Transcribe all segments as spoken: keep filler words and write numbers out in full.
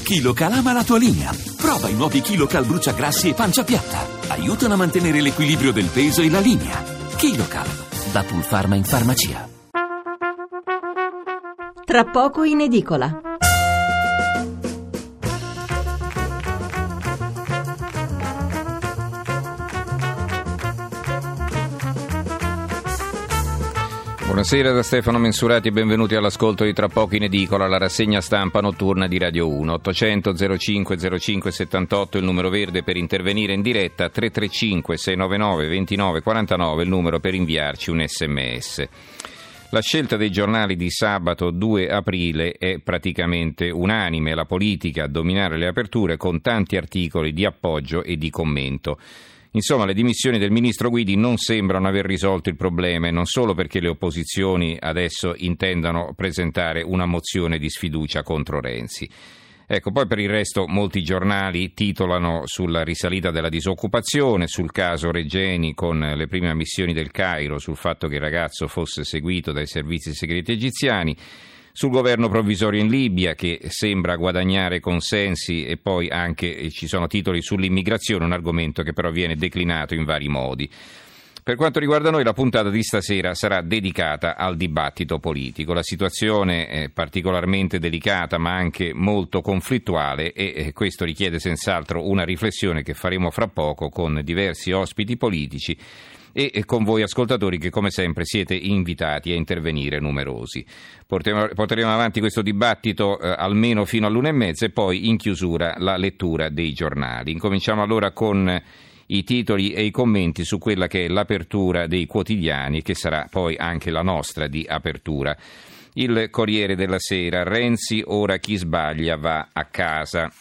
KiloCal ama la tua linea. Prova i nuovi KiloCal bruciagrassi e pancia piatta. Aiutano a mantenere l'equilibrio del peso e la linea. KiloCal, da Pulpharma in farmacia. Tra poco in edicola. Buonasera da Stefano Mensurati e benvenuti all'ascolto di Tra poco in edicola, la rassegna stampa notturna di Radio uno. ottocento zero cinque zero cinque settantotto il numero verde per intervenire in diretta, tre tre cinque sei nove nove due nove quattro nove il numero per inviarci un sms. La scelta dei giornali di sabato due aprile è praticamente unanime, la politica a dominare le aperture con tanti articoli di appoggio e di commento. Insomma, le dimissioni del ministro Guidi non sembrano aver risolto il problema, e non solo perché le opposizioni adesso intendano presentare una mozione di sfiducia contro Renzi. Ecco, poi per il resto molti giornali titolano sulla risalita della disoccupazione, sul caso Regeni con le prime ammissioni del Cairo, sul fatto che il ragazzo fosse seguito dai servizi segreti egiziani, sul governo provvisorio in Libia che sembra guadagnare consensi, e poi anche ci sono titoli sull'immigrazione, un argomento che però viene declinato in vari modi. Per quanto riguarda noi, la puntata di stasera sarà dedicata al dibattito politico. La situazione è particolarmente delicata ma anche molto conflittuale, e questo richiede senz'altro una riflessione che faremo fra poco con diversi ospiti politici e con voi ascoltatori che come sempre siete invitati a intervenire numerosi. Porteremo, porteremo avanti questo dibattito eh, almeno fino all'una e mezza e poi in chiusura la lettura dei giornali. Incominciamo allora con i titoli e i commenti su quella che è l'apertura dei quotidiani, che sarà poi anche la nostra di apertura. Il Corriere della Sera: Renzi, ora chi sbaglia va a casa.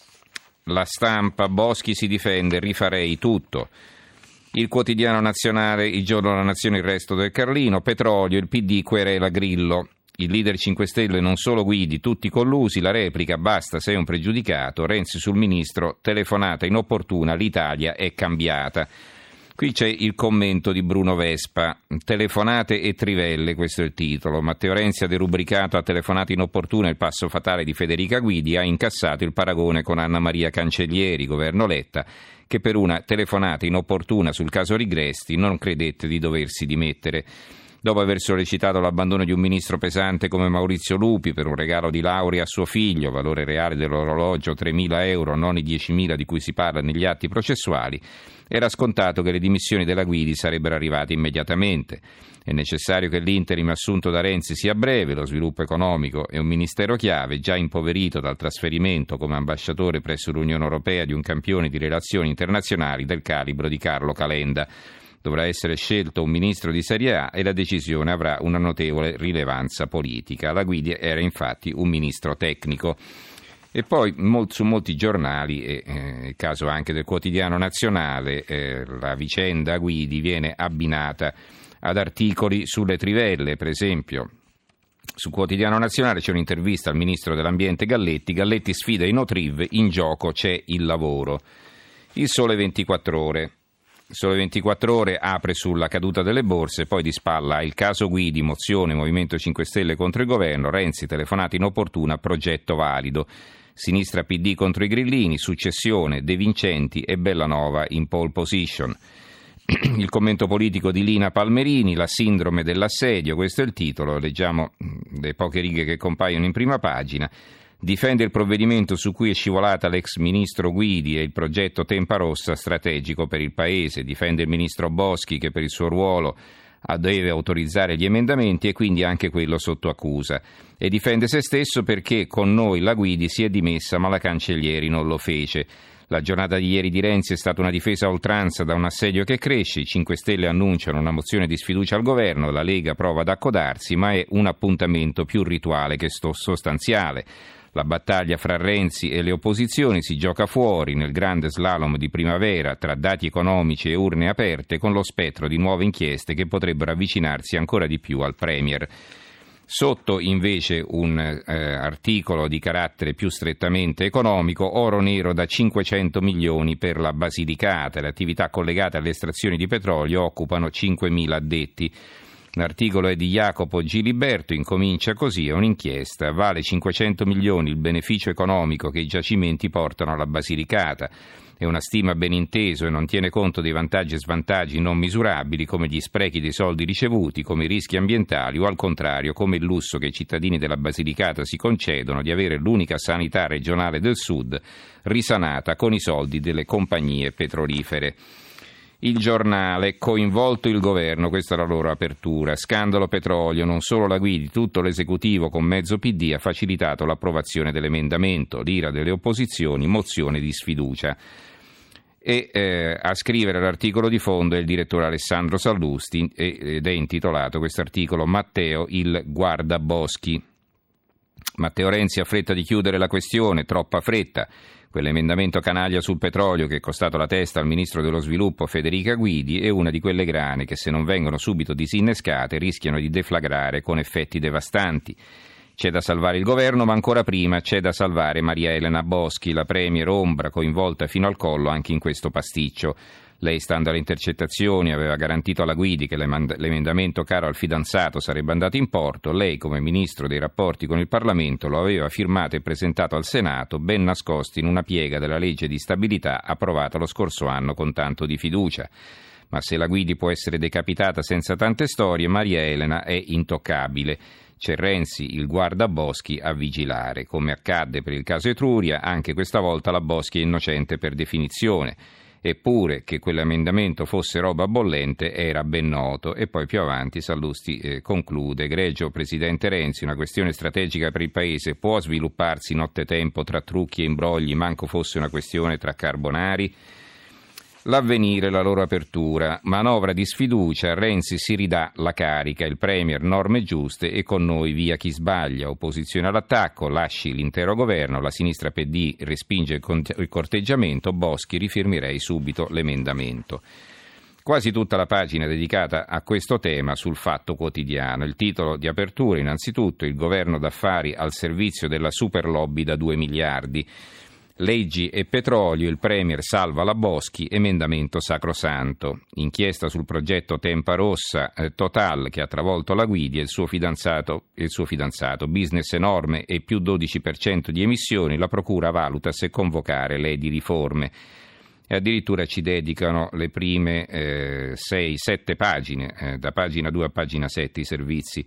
La Stampa: Boschi si difende, rifarei tutto. Il Quotidiano Nazionale: Il Giorno della Nazione, il resto del Carlino. Petrolio, il P D querela Grillo. Il leader cinque Stelle: non solo Guidi, tutti collusi. La replica: basta, sei un pregiudicato. Renzi sul ministro: telefonata inopportuna, l'Italia è cambiata. Qui c'è il commento di Bruno Vespa: telefonate e trivelle, questo è il titolo. Matteo Renzi ha derubricato a telefonate inopportune il passo fatale di Federica Guidi, ha incassato il paragone con Anna Maria Cancellieri, governo Letta, che per una telefonata inopportuna sul caso Rigresti non credette di doversi dimettere. Dopo aver sollecitato l'abbandono di un ministro pesante come Maurizio Lupi per un regalo di laurea a suo figlio, valore reale dell'orologio tremila euro, non i diecimila di cui si parla negli atti processuali, era scontato che le dimissioni della Guidi sarebbero arrivate immediatamente. È necessario che l'interim assunto da Renzi sia breve, lo sviluppo economico è un ministero chiave, già impoverito dal trasferimento come ambasciatore presso l'Unione Europea di un campione di relazioni internazionali del calibro di Carlo Calenda. Dovrà essere scelto un ministro di Serie A e la decisione avrà una notevole rilevanza politica. La Guidi era infatti un ministro tecnico. E poi mol- su molti giornali, e eh, il caso anche del Quotidiano Nazionale, eh, la vicenda Guidi viene abbinata ad articoli sulle trivelle. Per esempio, su Quotidiano Nazionale c'è un'intervista al ministro dell'Ambiente Galletti. Galletti sfida i no-triv, in gioco c'è il lavoro. Il Sole ventiquattro Ore. Sole ventiquattro Ore apre sulla caduta delle borse, poi di spalla il caso Guidi, mozione Movimento cinque Stelle contro il governo, Renzi telefonata inopportuna, progetto valido. Sinistra P D contro i grillini, successione, De Vincenti e Bellanova in pole position. Il commento politico di Lina Palmerini, la sindrome dell'assedio, questo è il titolo, leggiamo le poche righe che compaiono in prima pagina. Difende il provvedimento su cui è scivolata l'ex ministro Guidi e il progetto Tempa Rossa strategico per il Paese. Difende il ministro Boschi che per il suo ruolo deve autorizzare gli emendamenti e quindi anche quello sotto accusa. E difende se stesso perché con noi la Guidi si è dimessa ma la Cancellieri non lo fece. La giornata di ieri di Renzi è stata una difesa a oltranza da un assedio che cresce, i cinque Stelle annunciano una mozione di sfiducia al governo, la Lega prova ad accodarsi, ma è un appuntamento più rituale che sostanziale. La battaglia fra Renzi e le opposizioni si gioca fuori nel grande slalom di primavera tra dati economici e urne aperte, con lo spettro di nuove inchieste che potrebbero avvicinarsi ancora di più al Premier. Sotto invece un eh, articolo di carattere più strettamente economico, oro nero da cinquecento milioni per la Basilicata, le attività collegate alle estrazioni di petrolio occupano cinquemila addetti. L'articolo è di Jacopo Giliberto, incomincia così: è un'inchiesta, vale cinquecento milioni il beneficio economico che i giacimenti portano alla Basilicata. È una stima ben inteso e non tiene conto dei vantaggi e svantaggi non misurabili come gli sprechi dei soldi ricevuti, come i rischi ambientali o al contrario come il lusso che i cittadini della Basilicata si concedono di avere l'unica sanità regionale del sud risanata con i soldi delle compagnie petrolifere. Il Giornale, coinvolto il governo, questa è la loro apertura. Scandalo petrolio, non solo la Guidi, tutto l'esecutivo con mezzo P D ha facilitato l'approvazione dell'emendamento, l'ira delle opposizioni, mozione di sfiducia. E eh, a scrivere l'articolo di fondo è il direttore Alessandro Sallusti ed è intitolato questo articolo Matteo il guardaboschi. Matteo Renzi ha fretta di chiudere la questione, troppa fretta. Quell'emendamento canaglia sul petrolio che è costato la testa al ministro dello sviluppo Federica Guidi è una di quelle grane che se non vengono subito disinnescate rischiano di deflagrare con effetti devastanti. C'è da salvare il governo, ma ancora prima c'è da salvare Maria Elena Boschi, la premier ombra coinvolta fino al collo anche in questo pasticcio. Lei, stando alle intercettazioni, aveva garantito alla Guidi che l'emendamento caro al fidanzato sarebbe andato in porto. Lei, come ministro dei rapporti con il Parlamento, lo aveva firmato e presentato al Senato, ben nascosto in una piega della legge di stabilità approvata lo scorso anno con tanto di fiducia. Ma se la Guidi può essere decapitata senza tante storie, Maria Elena è intoccabile. C'è Renzi, il guardaboschi, a vigilare. Come accadde per il caso Etruria, anche questa volta la Boschi è innocente per definizione. Eppure che quell'emendamento fosse roba bollente era ben noto. E poi più avanti Sallusti eh, conclude: egregio Presidente Renzi, una questione strategica per il Paese può svilupparsi nottetempo tra trucchi e imbrogli, manco fosse una questione tra carbonari? L'Avvenire, la loro apertura, manovra di sfiducia, Renzi si ridà la carica, il Premier norme giuste e con noi via chi sbaglia, opposizione all'attacco, lasci l'intero governo, la sinistra P D respinge il corteggiamento, Boschi rifirmerei subito l'emendamento. Quasi tutta la pagina dedicata a questo tema sul Fatto Quotidiano. Il titolo di apertura innanzitutto: il governo d'affari al servizio della super lobby da due miliardi. Leggi e petrolio, il Premier salva la Boschi, emendamento sacrosanto. Inchiesta sul progetto Tempa Rossa, eh, Total che ha travolto la Guidi e il suo fidanzato, il suo fidanzato. Business enorme e più dodici per cento di emissioni, la Procura valuta se convocare le di riforme. E addirittura ci dedicano le prime eh, sei sette pagine, eh, da pagina due a pagina sette i servizi.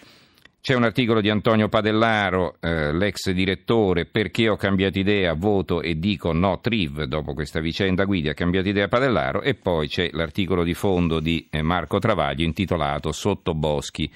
C'è un articolo di Antonio Padellaro, eh, l'ex direttore, perché ho cambiato idea, voto e dico no Triv, dopo questa vicenda Guidi ha cambiato idea Padellaro, e poi c'è l'articolo di fondo di eh, Marco Travaglio intitolato Sotto Boschi.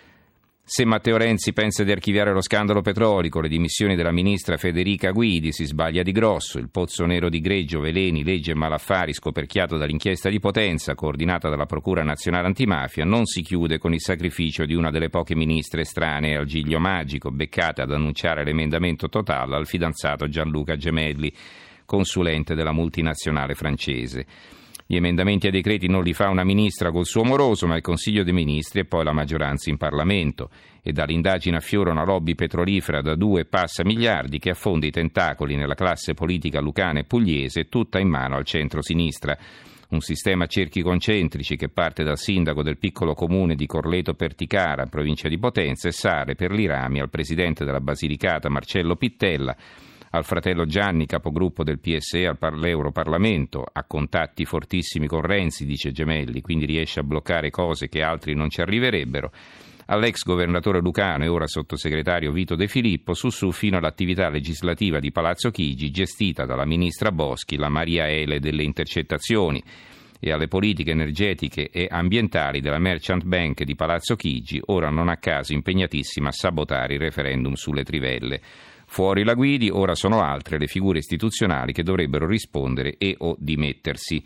Se Matteo Renzi pensa di archiviare lo scandalo petrolio con le dimissioni della ministra Federica Guidi si sbaglia di grosso. Il pozzo nero di Greggio, veleni, legge e malaffari scoperchiato dall'inchiesta di Potenza coordinata dalla Procura Nazionale Antimafia non si chiude con il sacrificio di una delle poche ministre estranee al giglio magico, beccate ad annunciare l'emendamento Total al fidanzato Gianluca Gemelli, consulente della multinazionale francese. Gli emendamenti ai decreti non li fa una ministra col suo moroso, ma il Consiglio dei Ministri e poi la maggioranza in Parlamento. E dall'indagine affiora una lobby petrolifera da due passa miliardi che affonda i tentacoli nella classe politica lucana e pugliese, tutta in mano al centro-sinistra. Un sistema a cerchi concentrici che parte dal sindaco del piccolo comune di Corleto Perticara, provincia di Potenza, e sale per i rami al presidente della Basilicata Marcello Pittella, al fratello Gianni, capogruppo del P S E all'Europarlamento, ha contatti fortissimi con Renzi, dice Gemelli, quindi riesce a bloccare cose che altri non ci arriverebbero, all'ex governatore lucano e ora sottosegretario Vito De Filippo, su su fino all'attività legislativa di Palazzo Chigi, gestita dalla ministra Boschi, la Maria Ele delle intercettazioni, e alle politiche energetiche e ambientali della Merchant Bank di Palazzo Chigi, ora non a caso impegnatissima a sabotare il referendum sulle trivelle. Fuori la Guidi, ora sono altre le figure istituzionali che dovrebbero rispondere e o dimettersi.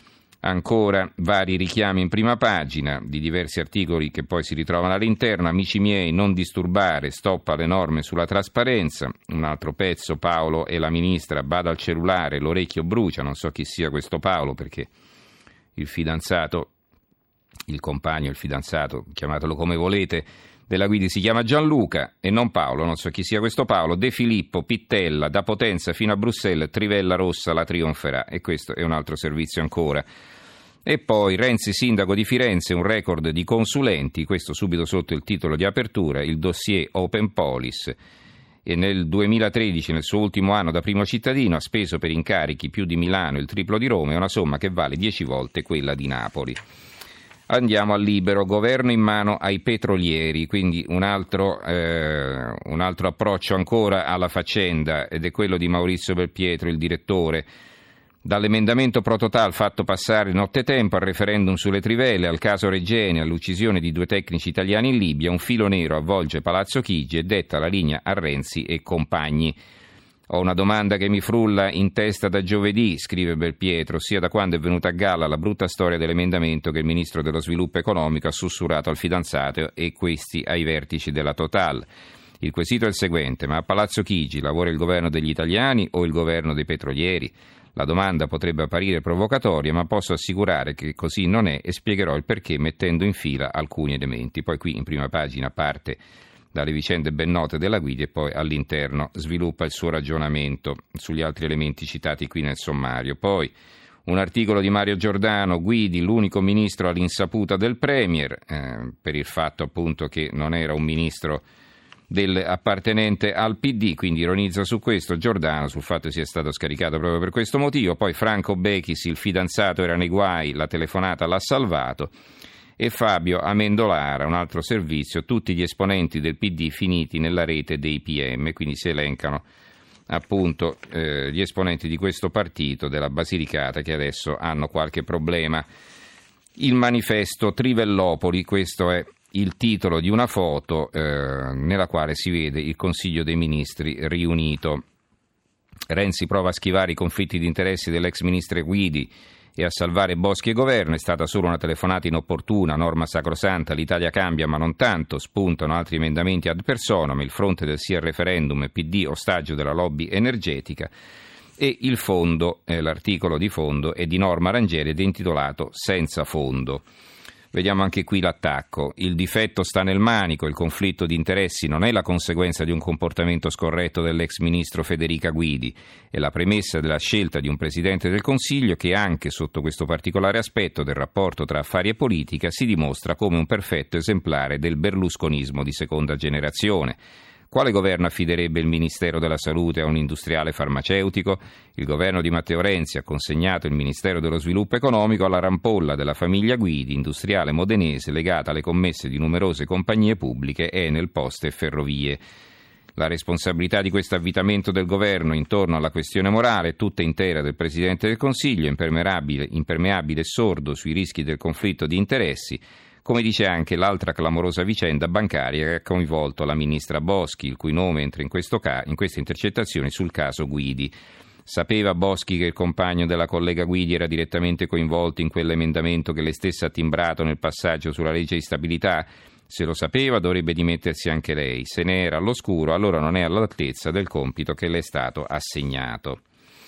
Ancora vari richiami in prima pagina di diversi articoli che poi si ritrovano all'interno. Amici miei, non disturbare, stop alle norme sulla trasparenza. Un altro pezzo, Paolo e la ministra, bada al cellulare, l'orecchio brucia, non so chi sia questo Paolo perché il fidanzato, il compagno, il fidanzato, chiamatelo come volete, della Guidi si chiama Gianluca e non Paolo, non so chi sia questo Paolo. De Filippo, Pittella, da Potenza fino a Bruxelles, Trivella Rossa la trionferà, e questo è un altro servizio ancora. E poi Renzi sindaco di Firenze, un record di consulenti, questo subito sotto il titolo di apertura, il dossier Open Polis. E nel duemilatredici, nel suo ultimo anno da primo cittadino, ha speso per incarichi più di Milano il triplo di Roma, è una somma che vale dieci volte quella di Napoli. Andiamo al Libero, governo in mano ai petrolieri, quindi un altro, eh, un altro approccio ancora alla faccenda, ed è quello di Maurizio Belpietro, il direttore. Dall'emendamento Pro Total fatto passare nottetempo al referendum sulle trivelle, al caso Regeni, all'uccisione di due tecnici italiani in Libia, un filo nero avvolge Palazzo Chigi e detta la linea a Renzi e compagni. Ho una domanda che mi frulla in testa da giovedì, scrive Belpietro, sia da quando è venuta a galla la brutta storia dell'emendamento che il ministro dello sviluppo economico ha sussurrato al fidanzato e questi ai vertici della Total. Il quesito è il seguente: ma a Palazzo Chigi lavora il governo degli italiani o il governo dei petrolieri? La domanda potrebbe apparire provocatoria, ma posso assicurare che così non è e spiegherò il perché mettendo in fila alcuni elementi. Poi qui in prima pagina parte dalle vicende ben note della Guidi e poi all'interno sviluppa il suo ragionamento sugli altri elementi citati qui nel sommario. Poi un articolo di Mario Giordano, Guidi l'unico ministro all'insaputa del Premier, eh, per il fatto appunto che non era un ministro del appartenente al P D, quindi ironizza su questo Giordano, sul fatto che sia stato scaricato proprio per questo motivo. Poi Franco Bechis, il fidanzato era nei guai, la telefonata l'ha salvato. E Fabio Amendolara, un altro servizio, tutti gli esponenti del P D finiti nella rete dei P M, quindi si elencano appunto eh, gli esponenti di questo partito della Basilicata che adesso hanno qualche problema. Il manifesto Trivellopoli, questo è il titolo di una foto eh, nella quale si vede il Consiglio dei Ministri riunito. Renzi prova a schivare i conflitti di interessi dell'ex ministro Guidi e a salvare Boschi e governo. È stata solo una telefonata inopportuna, norma sacrosanta, l'Italia cambia ma non tanto, spuntano altri emendamenti ad personam, il fronte del sì al referendum, P D ostaggio della lobby energetica. E il fondo, eh, l'articolo di fondo è di Norma Rangieri ed è intitolato Senza fondo. Vediamo anche qui l'attacco. Il difetto sta nel manico, il conflitto di interessi non è la conseguenza di un comportamento scorretto dell'ex ministro Federica Guidi, è la premessa della scelta di un Presidente del Consiglio che anche sotto questo particolare aspetto del rapporto tra affari e politica si dimostra come un perfetto esemplare del berlusconismo di seconda generazione. Quale governo affiderebbe il Ministero della Salute a un industriale farmaceutico? Il governo di Matteo Renzi ha consegnato il Ministero dello Sviluppo Economico alla rampolla della famiglia Guidi, industriale modenese legata alle commesse di numerose compagnie pubbliche, Enel, Poste e Ferrovie. La responsabilità di questo avvitamento del governo intorno alla questione morale, tutta intera del Presidente del Consiglio, impermeabile, impermeabile e sordo sui rischi del conflitto di interessi, come dice anche l'altra clamorosa vicenda bancaria che ha coinvolto la ministra Boschi, il cui nome entra in, questo ca- in queste intercettazioni sul caso Guidi. Sapeva Boschi che il compagno della collega Guidi era direttamente coinvolto in quell'emendamento che lei stessa ha timbrato nel passaggio sulla legge di stabilità? Se lo sapeva dovrebbe dimettersi anche lei. Se ne era all'oscuro, allora non è all'altezza del compito che le è stato assegnato.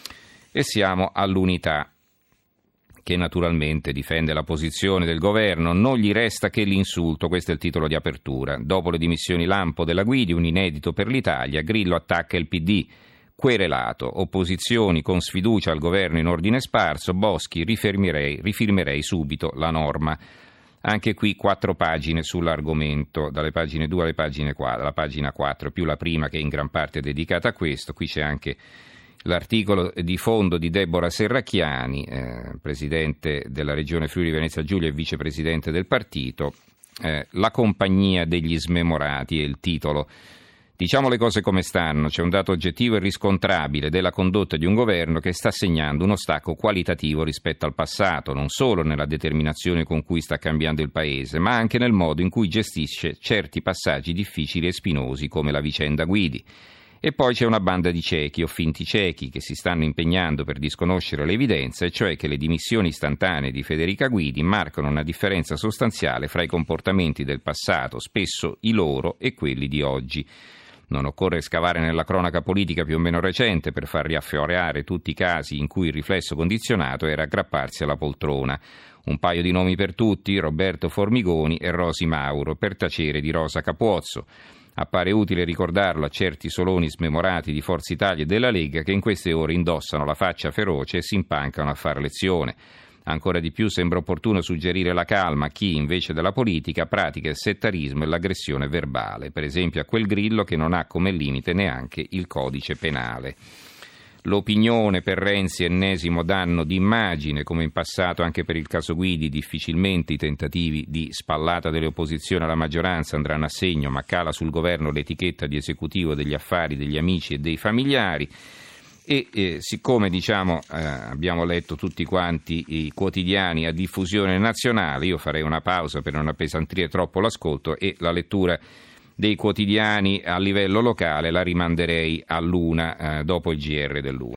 E siamo all'Unità, che naturalmente difende la posizione del governo. Non gli resta che l'insulto, questo è il titolo di apertura. Dopo le dimissioni lampo della Guidi, un inedito per l'Italia, Grillo attacca il P D. Querelato, opposizioni con sfiducia al governo in ordine sparso, Boschi, rifirmerei, rifirmerei subito la norma. Anche qui quattro pagine sull'argomento, dalle pagine due alle pagine quattro, la pagina quattro più la prima che è in gran parte dedicata a questo. Qui c'è anche l'articolo di fondo di Deborah Serracchiani, eh, presidente della regione Friuli Venezia Giulia e vicepresidente del partito. Eh, la compagnia degli smemorati è il titolo. Diciamo le cose come stanno, c'è un dato oggettivo e riscontrabile della condotta di un governo che sta segnando uno stacco qualitativo rispetto al passato, non solo nella determinazione con cui sta cambiando il paese, ma anche nel modo in cui gestisce certi passaggi difficili e spinosi come la vicenda Guidi. E poi c'è una banda di ciechi o finti ciechi che si stanno impegnando per disconoscere l'evidenza, e cioè che le dimissioni istantanee di Federica Guidi marcano una differenza sostanziale fra i comportamenti del passato, spesso i loro, e quelli di oggi. Non occorre scavare nella cronaca politica più o meno recente per far riaffiorare tutti i casi in cui il riflesso condizionato era aggrapparsi alla poltrona. Un paio di nomi per tutti, Roberto Formigoni e Rosi Mauro, per tacere di Rosa Capuozzo. Appare utile ricordarlo a certi soloni smemorati di Forza Italia e della Lega che in queste ore indossano la faccia feroce e si impancano a fare lezione. Ancora di più sembra opportuno suggerire la calma a chi, invece della politica, pratica il settarismo e l'aggressione verbale, per esempio a quel Grillo che non ha come limite neanche il codice penale. L'opinione per Renzi, ennesimo danno d'immagine, come in passato anche per il caso Guidi, difficilmente i tentativi di spallata delle opposizioni alla maggioranza andranno a segno, ma cala sul governo l'etichetta di esecutivo degli affari, degli amici e dei familiari. E eh, siccome diciamo eh, abbiamo letto tutti quanti i quotidiani a diffusione nazionale, io farei una pausa per non appesantire troppo l'ascolto e la lettura dei quotidiani a livello locale la rimanderei all'una eh, dopo il G R dell'una.